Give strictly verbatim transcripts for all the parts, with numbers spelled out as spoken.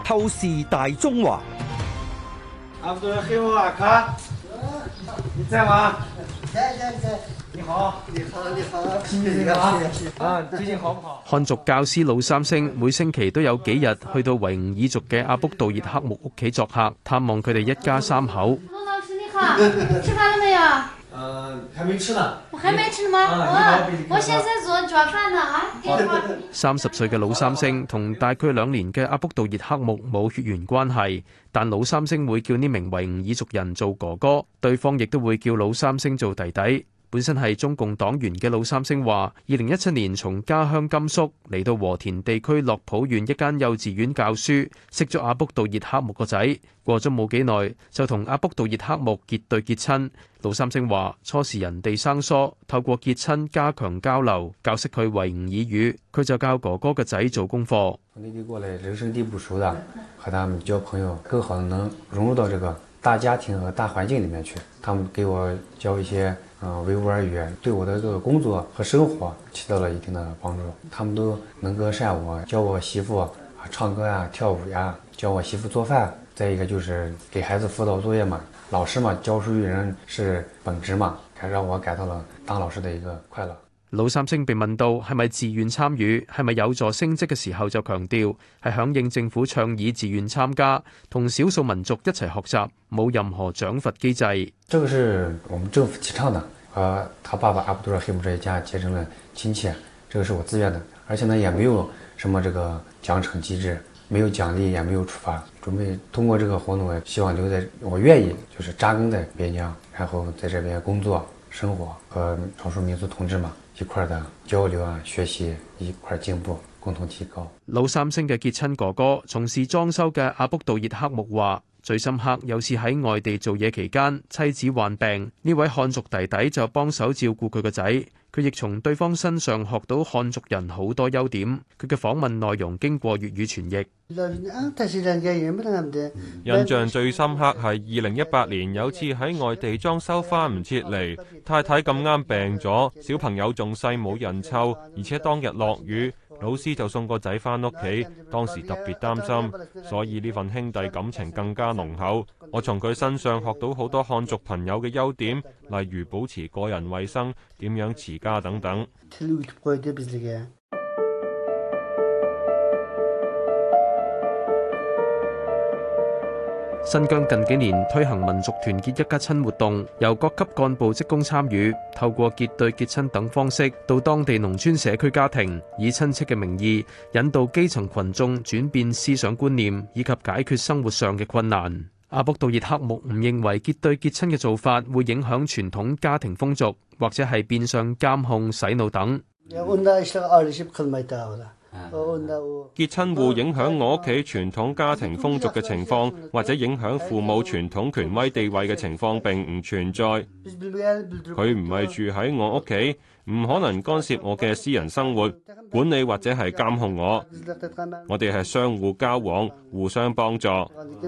透視大中華。 阿布杜拉希姆瓦卡，你在嗎？ 在在在。 你好， 你好，你好， 你好。啊，最近好唔好？ 漢族教師老三星每星期都有幾日去到維吾爾族嘅阿卜杜熱克木屋企作客，探望佢哋一家三口。 羅老師你好，吃飯了沒有？ 呃，還沒吃呢。 我還沒吃嗎？我我現在做做飯呢啊，給一會兒。 三十歲嘅老三星同大佢兩年嘅阿卜杜熱克木冇血緣關係，但老三星會叫呢名維吾爾族人做哥哥，對方亦都會叫老三星做弟弟。本身係中共黨員嘅老三星話，二零一七年從家鄉甘肅嚟到和田地區樂普縣一間幼稚園教書，識咗阿卜杜熱克木個仔。過咗冇幾耐，就同阿卜杜熱克木結對結親。老三星話，初時人地生疏，透過結親加強交流，教識佢維吾爾語，佢就教哥哥個仔做功課。 從內地過來，人生地不熟的，和他們交朋友，更好的能融入到這個大家庭和大環境裡面去。他們給我教一些嗯維吾爾語，對我的這個工作和生活起到了一定的幫助。他們都能歌善舞，教我媳婦唱歌呀、跳舞呀，教我媳婦做飯。再一個就是給孩子輔導作業嘛，老師嘛，教書育人是本職嘛，還讓我感到了當老師的一個快樂。 老三星被問到係咪自願參與，係咪有助升職嘅時候，就強調係響應政府倡議自願參加，同少數民族一齊學習，冇任何獎罰機制。 這個是我們政府提倡的，和他爸爸阿卜杜拉希姆這一家結成了親切，這個是我自願的，而且呢也沒有什麼這個獎懲機制，沒有獎勵，也沒有處罰。準備通過這個活動，希望留在我願意就是扎根在邊疆，然後在這邊工作生活，和少數民族同志嘛一塊的交流啊，學習，一塊進步，共同提高。 老三星嘅結親哥哥從事裝修嘅阿卜杜熱克木話，最深刻有次喺外地做嘢期間，妻子患病，呢位漢族弟弟就幫手照顧佢個仔，佢亦從對方身上學到漢族人好多優點。佢嘅訪問內容經過粵語傳譯。 印象最深刻係二零一八年有次喺外地裝修翻唔切嚟，太太咁啱病咗，小朋友仲細冇人湊，而且當日落雨，老師就送個仔翻屋企，當時特別擔心，所以呢份兄弟感情更加濃厚。我從佢身上學到好多漢族朋友嘅優點，例如保持個人衛生、點樣持家等等。 新疆近幾年推行民族團結一家親活動，由各級幹部職工參與，透過結對結親等方式，到當地農村社區家庭，以親戚嘅名義引導基層群眾轉變思想觀念，以及解決生活上嘅困難。阿卜杜熱克木唔認為結對結親嘅做法會影響傳統家庭風俗，或者係變相監控、洗腦等。 結親會影響我屋企傳統家庭風俗嘅情況，或者影響父母傳統權威地位嘅情況並唔存在。佢唔係住喺我屋企，唔可能干涉我嘅私人生活，管理或者係監控我。我哋係相互交往，互相幫助。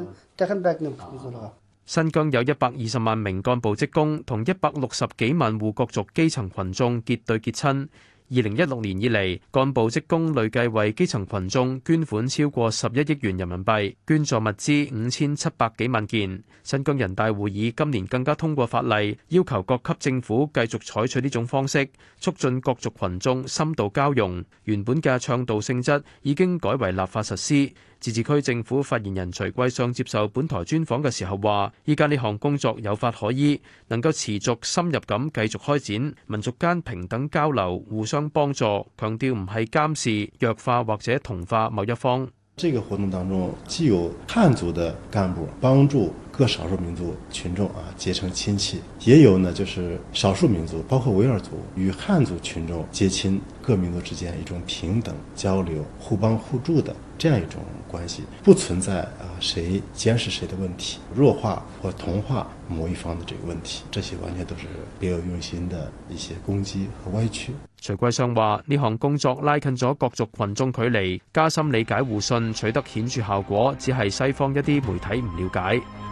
新疆有一百二十萬名幹部職工同一百六十幾萬戶各族基層群眾結對結親。二零一六年以嚟，幹部職工累計為基層群眾捐款超過十一億元人民幣，捐助物資五千七百幾萬件。新疆人大會議今年更加通過法例，要求各級政府繼續採取呢種方式，促進各族群眾深度交融。原本嘅倡導性質已經改為立法實施。自治區政府發言人徐貴相接受本台專訪嘅時候話，依家呢項工作有法可依，能夠持續深入咁繼續開展，民族間平等交流，互相幫助，強調唔係監視、弱化或者同化某一方。 這個活動當中，既有漢族的幹部幫助各少數民族群眾啊結成親戚，也有呢就是少數民族包括維吾爾族與漢族群眾結親，各民族之間一種平等交流、互幫互助的這樣一種關係，不存在啊誰監視誰的問題，弱化或同化某一方的這個問題，這些完全都是別有用心的一些攻擊和歪曲。 徐貴相話：呢項工作拉近咗各族群眾距離，加深理解互信，取得顯著效果，只係西方一啲媒體唔了解。